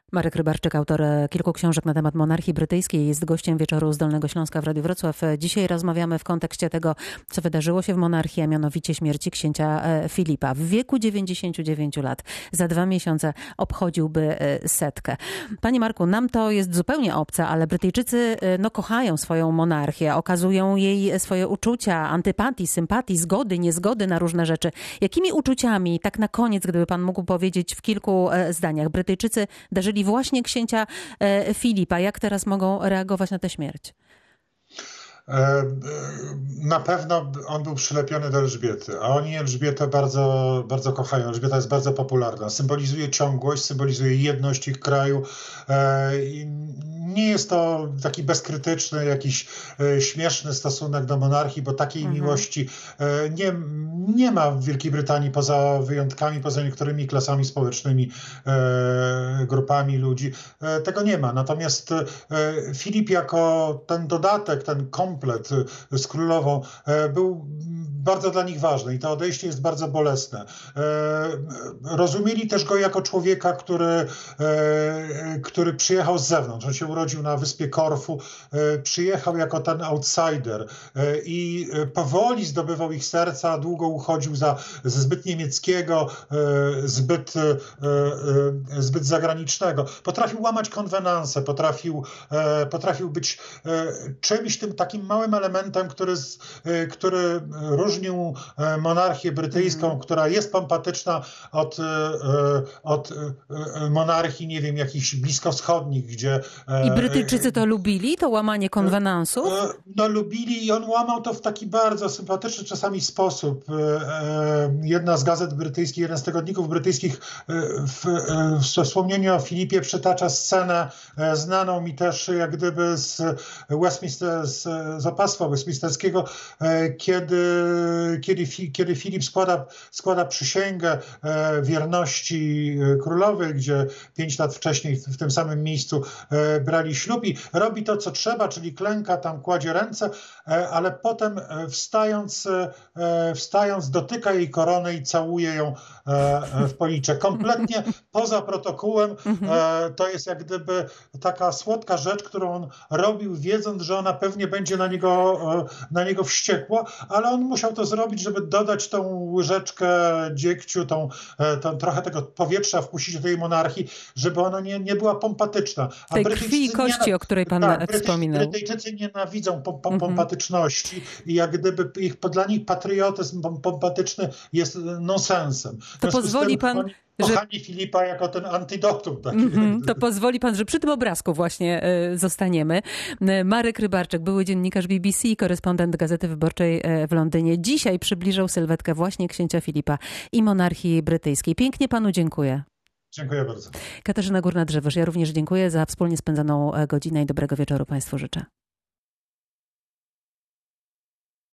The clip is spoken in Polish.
Marek Rybarczyk, autor kilku książek na temat monarchii brytyjskiej, jest gościem Wieczoru z Dolnego Śląska w Radiu Wrocław. Dzisiaj rozmawiamy w kontekście tego, co wydarzyło się w monarchii, a mianowicie śmierci księcia Filipa. W wieku 99 lat, za 2 miesiące obchodziłby 100. Panie Marku, nam to jest zupełnie obce, ale Brytyjczycy kochają swoją monarchię, okazują jej swoje uczucia, antypatii, sympatii, zgody, niezgody na różne rzeczy. Jakimi uczuciami, tak na koniec, gdyby pan mógł powiedzieć w kilku zdaniach, Brytyjczycy darzyli właśnie księcia Filipa? Jak teraz mogą reagować na tę śmierć? Na pewno on był przylepiony do Elżbiety, a oni Elżbietę bardzo, bardzo kochają. Elżbieta jest bardzo popularna. Symbolizuje ciągłość, symbolizuje jedność ich kraju. Nie jest to taki bezkrytyczny, jakiś śmieszny stosunek do monarchii, bo takiej miłości nie ma w Wielkiej Brytanii, poza wyjątkami, poza niektórymi klasami społecznymi, grupami ludzi. Tego nie ma. Natomiast Filip jako ten dodatek, ten komplet z królową był bardzo dla nich ważny i to odejście jest bardzo bolesne. Rozumieli też go jako człowieka, który przyjechał z zewnątrz. On się urodził na wyspie Korfu, przyjechał jako ten outsider i powoli zdobywał ich serca, długo uchodził za zbyt niemieckiego, zbyt zagranicznego. Potrafił łamać konwenanse, potrafił być czymś tym takim małym elementem, który różnił monarchię brytyjską, która jest pompatyczna od monarchii, nie wiem, jakichś bliskowschodnich, gdzie... I Brytyjczycy to lubili, to łamanie konwenansów? No lubili i on łamał to w taki bardzo sympatyczny czasami sposób. Jedna z gazet brytyjskich, jeden z tygodników brytyjskich w wspomnieniu o Filipie przytacza scenę znaną mi też jak gdyby z opactwa westminsterskiego, kiedy Filip składa przysięgę wierności królowej, gdzie 5 lat wcześniej w tym samym miejscu brali ślub i robi to, co trzeba, czyli klęka, tam kładzie ręce, ale potem wstając dotyka jej koronę i całuje ją w policzek. Kompletnie poza protokołem. To jest jak gdyby taka słodka rzecz, którą on robił, wiedząc, że ona pewnie będzie na niego wściekła, ale on musiał to zrobić, żeby dodać tą łyżeczkę dziegciu, trochę tego powietrza wpuścić do tej monarchii, żeby ona nie była pompatyczna. A tej krwi i kości, o której pan wspominał. Brytyjczycy nienawidzą pompatyczności i jak gdyby dla nich patriotyzm pompatyczny jest nonsensem. To pozwoli pan... Kochani Filipa jako ten antidotum. To pozwoli pan, że przy tym obrazku właśnie zostaniemy. Marek Rybarczyk, były dziennikarz BBC, korespondent Gazety Wyborczej w Londynie. Dzisiaj przybliżał sylwetkę właśnie księcia Filipa i monarchii brytyjskiej. Pięknie panu dziękuję. Dziękuję bardzo. Katarzyna Górna-Drzewosz, ja również dziękuję za wspólnie spędzoną godzinę i dobrego wieczoru państwu życzę.